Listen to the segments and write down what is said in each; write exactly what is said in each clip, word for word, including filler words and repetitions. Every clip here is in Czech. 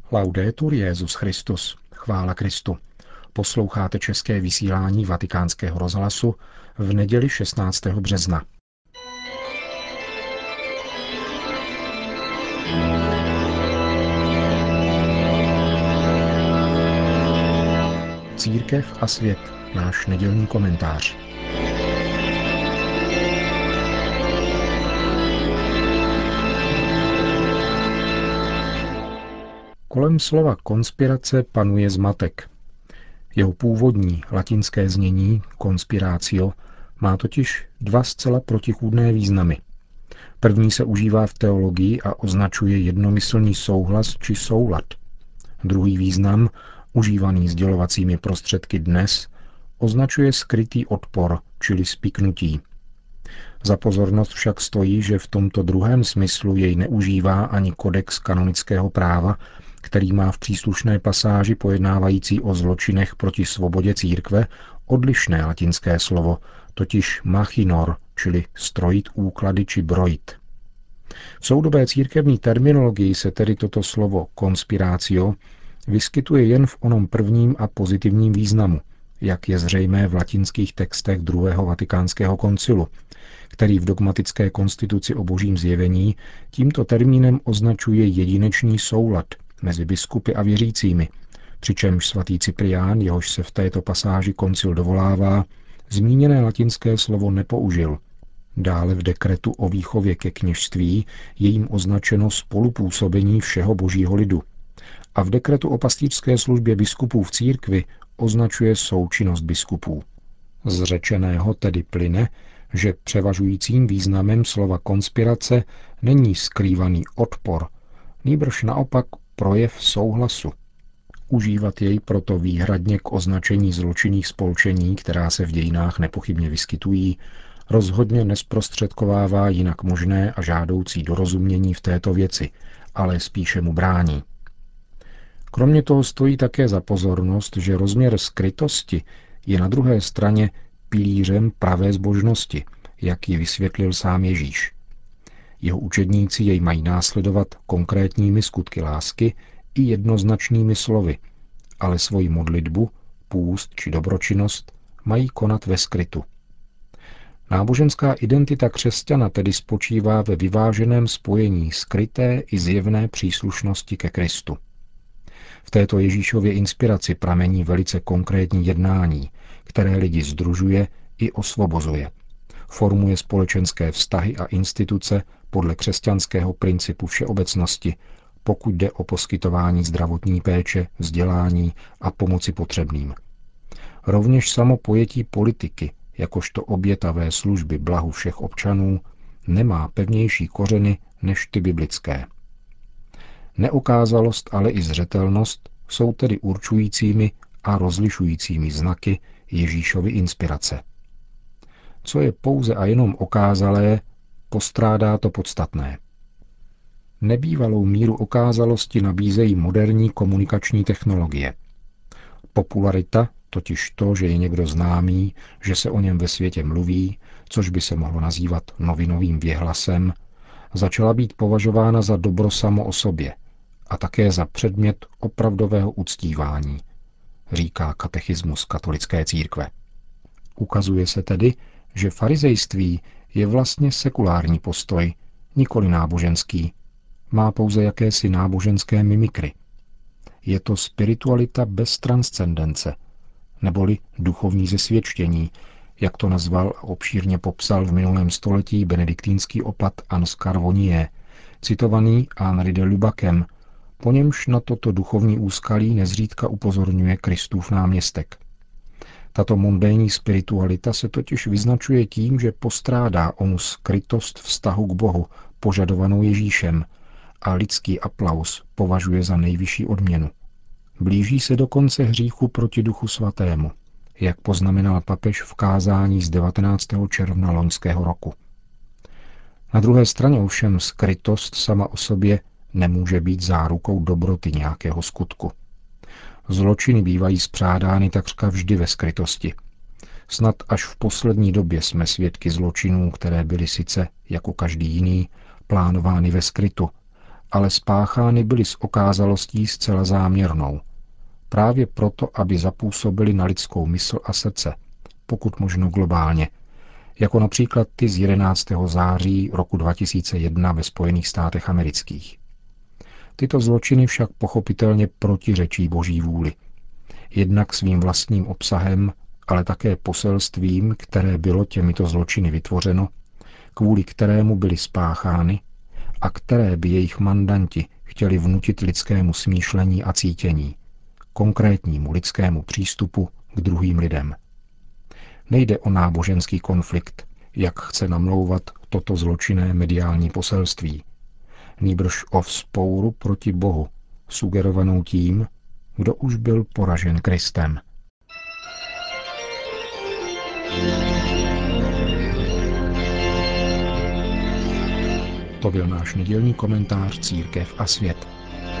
Laudetur Jesus Christus. Chvála Kristu. Posloucháte české vysílání Vatikánského rozhlasu v neděli šestnáctého března. Církev a svět. Náš nedělní komentář. Kolem slova konspirace panuje zmatek. Jeho původní latinské znění conspiratio má totiž dva zcela protichůdné významy. První se užívá v teologii a označuje jednomyslný souhlas či soulad. Druhý význam, užívaný sdělovacími prostředky dnes, označuje skrytý odpor, čili spiknutí. Za pozornost však stojí, že v tomto druhém smyslu jej neužívá ani kodex kanonického práva, který má v příslušné pasáži pojednávající o zločinech proti svobodě církve odlišné latinské slovo, totiž machinor, čili strojit úklady či brojit. V soudobé církevní terminologii se tedy toto slovo conspiratio vyskytuje jen v onom prvním a pozitivním významu, jak je zřejmé v latinských textech druhého vatikánského koncilu, který v dogmatické konstituci o božím zjevení tímto termínem označuje jedinečný soulad mezi biskupy a věřícími, přičemž svatý Cyprián, jehož se v této pasáži koncil dovolává, zmíněné latinské slovo nepoužil. Dále v dekretu o výchově ke kněžství je jim označeno spolupůsobení všeho božího lidu. A v dekretu o pastýřské službě biskupů v církvi označuje součinnost biskupů. Z řečeného tedy plyne, že převažujícím významem slova konspirace není skrývaný odpor, nýbrž naopak projev souhlasu. Užívat jej proto výhradně k označení zločinných spolčení, která se v dějinách nepochybně vyskytují, rozhodně nesprostředkovává jinak možné a žádoucí dorozumění v této věci, ale spíše mu brání. Kromě toho stojí také za pozornost, že rozměr skrytosti je na druhé straně pilířem pravé zbožnosti, jak ji vysvětlil sám Ježíš. Jeho učedníci jej mají následovat konkrétními skutky lásky i jednoznačnými slovy, ale svoji modlitbu, půst či dobročinnost mají konat ve skrytu. Náboženská identita křesťana tedy spočívá ve vyváženém spojení skryté i zjevné příslušnosti ke Kristu. V této Ježíšově inspiraci pramení velice konkrétní jednání, které lidi sdružuje i osvobozuje. Formuje společenské vztahy a instituce podle křesťanského principu všeobecnosti, pokud jde o poskytování zdravotní péče, vzdělání a pomoci potřebným. Rovněž samo pojetí politiky, jakožto obětavé služby blahu všech občanů, nemá pevnější kořeny než ty biblické. Neokázalost, ale i zřetelnost jsou tedy určujícími a rozlišujícími znaky Ježíšovy inspirace. Co je pouze a jenom okázalé, postrádá to podstatné. Nebývalou míru okázalosti nabízejí moderní komunikační technologie. Popularita, totiž to, že je někdo známý, že se o něm ve světě mluví, což by se mohlo nazývat novinovým věhlasem, začala být považována za dobro samo o sobě a také za předmět opravdového uctívání, říká katechismus katolické církve. Ukazuje se tedy, že farizejství je vlastně sekulární postoj, nikoli náboženský, má pouze jakési náboženské mimikry. Je to spiritualita bez transcendence, neboli duchovní zesvědčení, jak to nazval a obšírně popsal v minulém století benediktínský opat Ansgar Vonier, citovaný Henri de Lubakem, po němž na toto duchovní úskalí nezřídka upozorňuje Kristův náměstek. Tato mundénní spiritualita se totiž vyznačuje tím, že postrádá onu skrytost vztahu k Bohu, požadovanou Ježíšem, a lidský aplaus považuje za nejvyšší odměnu. Blíží se dokonce hříchu proti Duchu Svatému, jak poznamenal papež v kázání z devatenáctého června loňského roku. Na druhé straně ovšem skrytost sama o sobě nemůže být zárukou dobroty nějakého skutku. Zločiny bývají spřádány takřka vždy ve skrytosti. Snad až v poslední době jsme svědky zločinů, které byly sice, jako každý jiný, plánovány ve skrytu, ale spáchány byly s okázalostí zcela záměrnou. Právě proto, aby zapůsobili na lidskou mysl a srdce, pokud možno globálně, jako například ty z jedenáctého září roku dva tisíce jedna ve Spojených státech amerických. Tyto zločiny však pochopitelně protiřečí Boží vůli. Jednak svým vlastním obsahem, ale také poselstvím, které bylo těmito zločiny vytvořeno, kvůli kterému byly spáchány a které by jejich mandanti chtěli vnutit lidskému smýšlení a cítění, konkrétnímu lidskému přístupu k druhým lidem. Nejde o náboženský konflikt, jak chce namlouvat toto zločinné mediální poselství, nýbrž o vzpouru proti Bohu, sugerovanou tím, kdo už byl poražen Kristem. To byl náš nedělní komentář Církev a svět.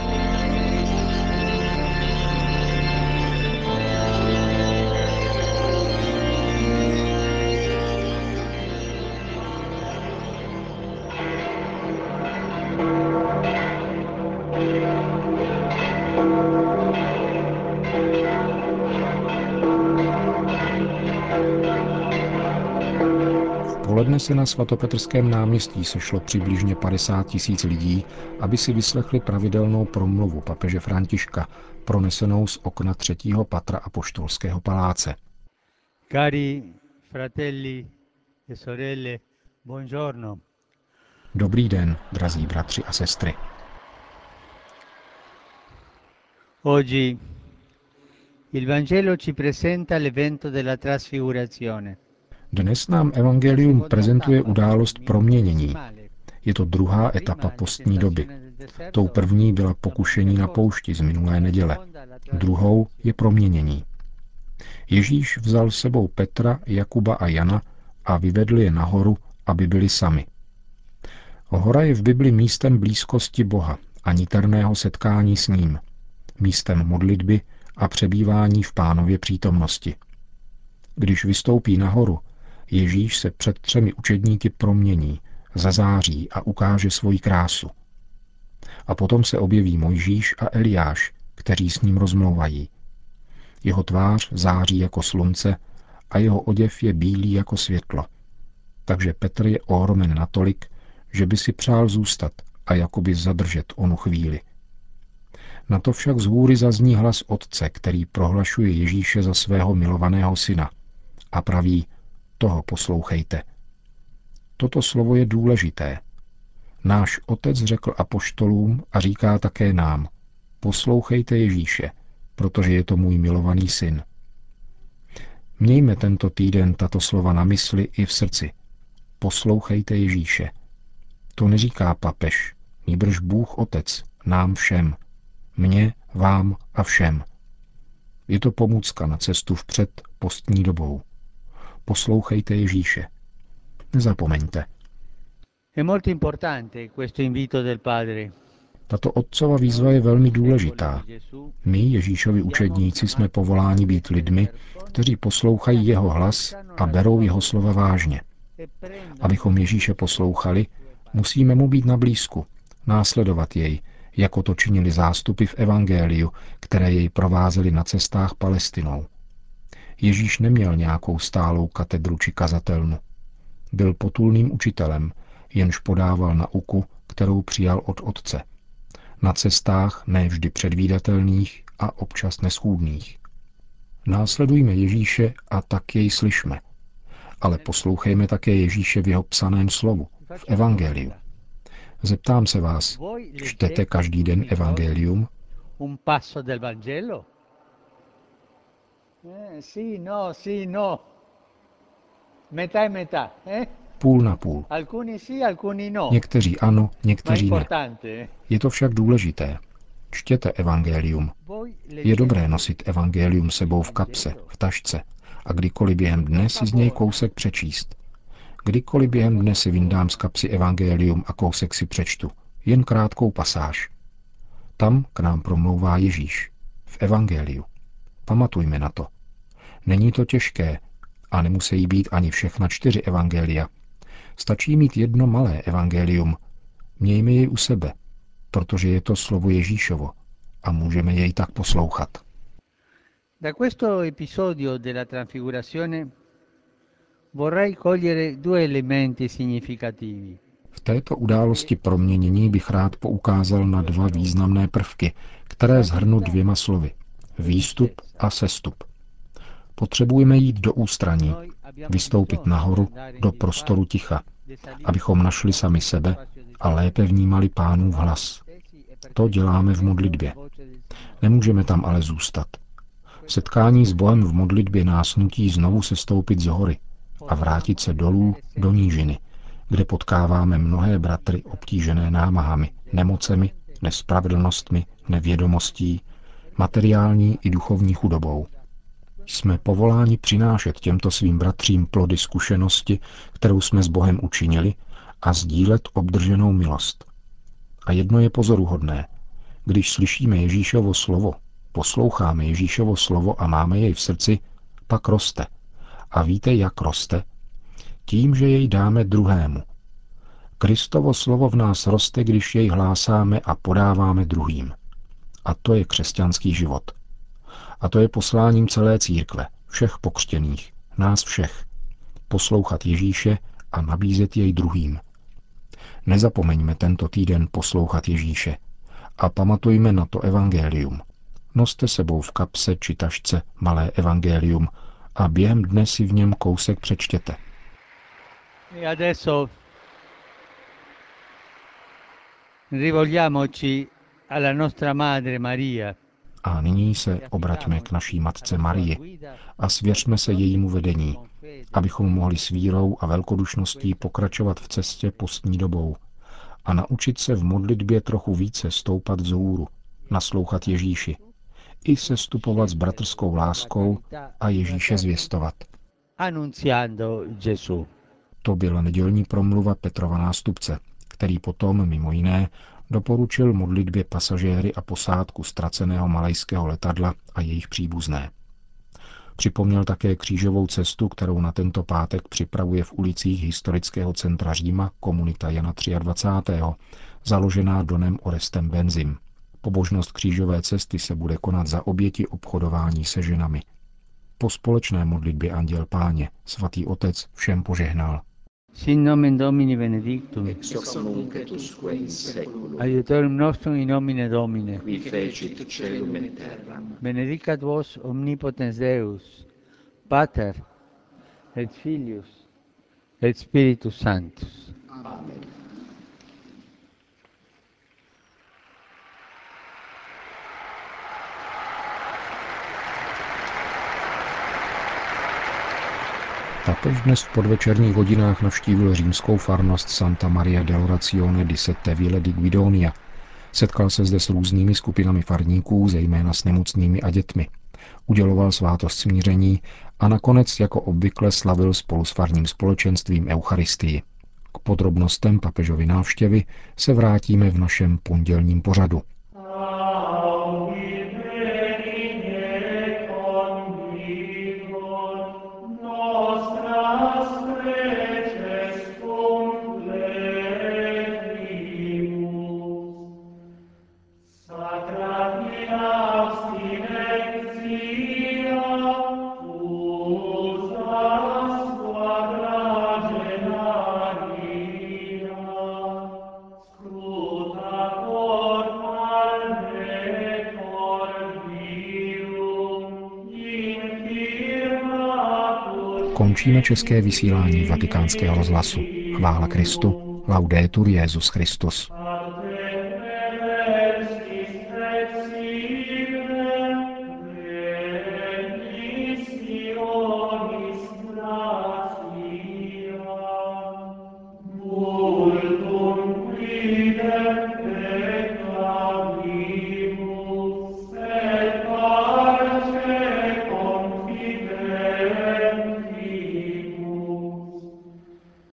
Poledne se na svatopetrském náměstí sešlo přibližně padesát tisíc lidí, aby si vyslechli pravidelnou promluvu papeže Františka, pronesenou z okna třetího patra Apoštolského paláce. Cari fratelli e sorelle, buongiorno. Dobrý den, drazí bratři a sestry. Oggi il Vangelo ci presenta l'evento della trasfigurazione. Dnes nám evangelium prezentuje událost proměnění. Je to druhá etapa postní doby. Tou první byla pokušení na poušti z minulé neděle. Druhou je proměnění. Ježíš vzal s sebou Petra, Jakuba a Jana a vyvedl je nahoru, aby byli sami. Hora je v Bibli místem blízkosti Boha a niterného setkání s ním, místem modlitby a přebývání v Pánově přítomnosti. Když vystoupí nahoru, Ježíš se před třemi učedníky promění, zazáří a ukáže svoji krásu. A potom se objeví Mojžíš a Eliáš, kteří s ním rozmlouvají. Jeho tvář září jako slunce a jeho oděv je bílý jako světlo. Takže Petr je ohromen natolik, že by si přál zůstat a jakoby zadržet onu chvíli. Na to však z hůry zazní hlas Otce, který prohlašuje Ježíše za svého milovaného syna a praví: toho poslouchejte. Toto slovo je důležité. Náš Otec řekl apoštolům a říká také nám: poslouchejte Ježíše, protože je to můj milovaný syn. Mějme tento týden tato slova na mysli i v srdci. Poslouchejte Ježíše. To neříká papež, nýbrž Bůh Otec, nám všem. Mně, vám a všem. Je to pomůcka na cestu vpřed postní dobou. Poslouchejte Ježíše. Nezapomeňte. Tato otcova výzva je velmi důležitá. My, Ježíšovi učedníci, jsme povoláni být lidmi, kteří poslouchají jeho hlas a berou jeho slova vážně. Abychom Ježíše poslouchali, musíme mu být na blízku, následovat jej, jako to činili zástupy v evangeliu, které jej provázely na cestách Palestinou. Ježíš neměl nějakou stálou katedru či kazatelnu. Byl potulným učitelem, jenž podával nauku, kterou přijal od Otce. Na cestách ne vždy předvídatelných a občas neschůdných. Následujme Ježíše a tak jej slyšme. Ale poslouchejme také Ježíše v jeho psaném slovu, v evangeliu. Zeptám se vás, čtete každý den evangelium? Un passo del Vangelo? Eh, sì, no, sì, no. Metà e metà, eh? Půl na půl. Alcuni sì, alcuni no. Někteří ano, někteří ne. Importante. Je to však důležité. Čtěte evangelium. Je dobré nosit evangelium sebou v kapse, v tašce a kdykoliv během dne si z něj kousek přečíst. Kdykoliv během dne si vyndám z kapsy evangelium a kousek si přečtu. Jen krátkou pasáž. Tam k nám promlouvá Ježíš. V evangeliu. Pamatujme na to. Není to těžké a nemusí být ani všechna čtyři evangelia. Stačí mít jedno malé evangelium. Mějme jej u sebe. protože je to slovo Ježíšovo a můžeme jej tak poslouchat. Da questo episodio della Trasfigurazione vorrei cogliere due elementi significativi. V této události proměnění bych rád poukázal na dva významné prvky, které shrnu dvěma slovy. Výstup a sestup. Potřebujeme jít do ústraní, vystoupit nahoru do prostoru ticha, abychom našli sami sebe a lépe vnímali Pánův hlas. To děláme v modlitbě. Nemůžeme tam ale zůstat. Setkání s Bohem v modlitbě nás nutí znovu sestoupit z hory a vrátit se dolů do nížiny, kde potkáváme mnohé bratry obtížené námahami, nemocemi, nespravedlnostmi, nevědomostí, materiální i duchovní chudobou. Jsme povoláni přinášet těmto svým bratřím plody zkušenosti, kterou jsme s Bohem učinili, a sdílet obdrženou milost. A jedno je pozoruhodné. Když slyšíme Ježíšovo slovo, posloucháme Ježíšovo slovo a máme jej v srdci, pak roste. A víte, jak roste? Tím, že jej dáme druhému. Kristovo slovo v nás roste, když jej hlásáme a podáváme druhým. A to je křesťanský život. A to je posláním celé církve, všech pokřtěných, nás všech. Poslouchat Ježíše a nabízet jej druhým. Nezapomeňme tento týden poslouchat Ježíše a pamatujme na to evangelium. Noste sebou v kapse či tašce malé evangelium a během dne si v něm kousek přečtěte. E adesso rivolgiamoci alla nostra Madre Maria. A nyní se obraťme k naší matce Marii a svěřme se jejímu vedení, abychom mohli s vírou a velkodušností pokračovat v cestě postní dobou a naučit se v modlitbě trochu více stoupat vzhůru, naslouchat Ježíši, i sestupovat s bratrskou láskou a Ježíše zvěstovat. Annunziando Gesù. To byla nedělní promluva Petrova nástupce, který potom, mimo jiné, doporučil modlitbě pasažéry a posádku ztraceného malajského letadla a jejich příbuzné. Připomněl také křížovou cestu, kterou na tento pátek připravuje v ulicích historického centra Říma komunita Jana dvacátého třetího, založená Donem Orestem Benzim. Pobožnost křížové cesty se bude konat za oběti obchodování se ženami. Po společné modlitbě Anděl Páně svatý otec všem požehnal. Sin nomen Domini benedictum. Ex hoc nunc et usque in saeculum. Aiutorium nostrum in nomine Domini. Qui fecit caelum et terram. Benedicat vos omnipotens Deus, Pater et Filius et Spiritus Sanctus. Amen. Papež dnes v podvečerních hodinách navštívil římskou farnost Santa Maria dell'Orazione di Sette Ville di Guidonia. Setkal se zde s různými skupinami farníků, zejména s nemocnými a dětmi. Uděloval svátost smíření a nakonec jako obvykle slavil spolu s farním společenstvím Eucharistii. K podrobnostem papežovy návštěvy se vrátíme v našem pondělním pořadu. Končíme české vysílání Vatikánského rozhlasu. Chvála Kristu. Laudetur Jesus Christus.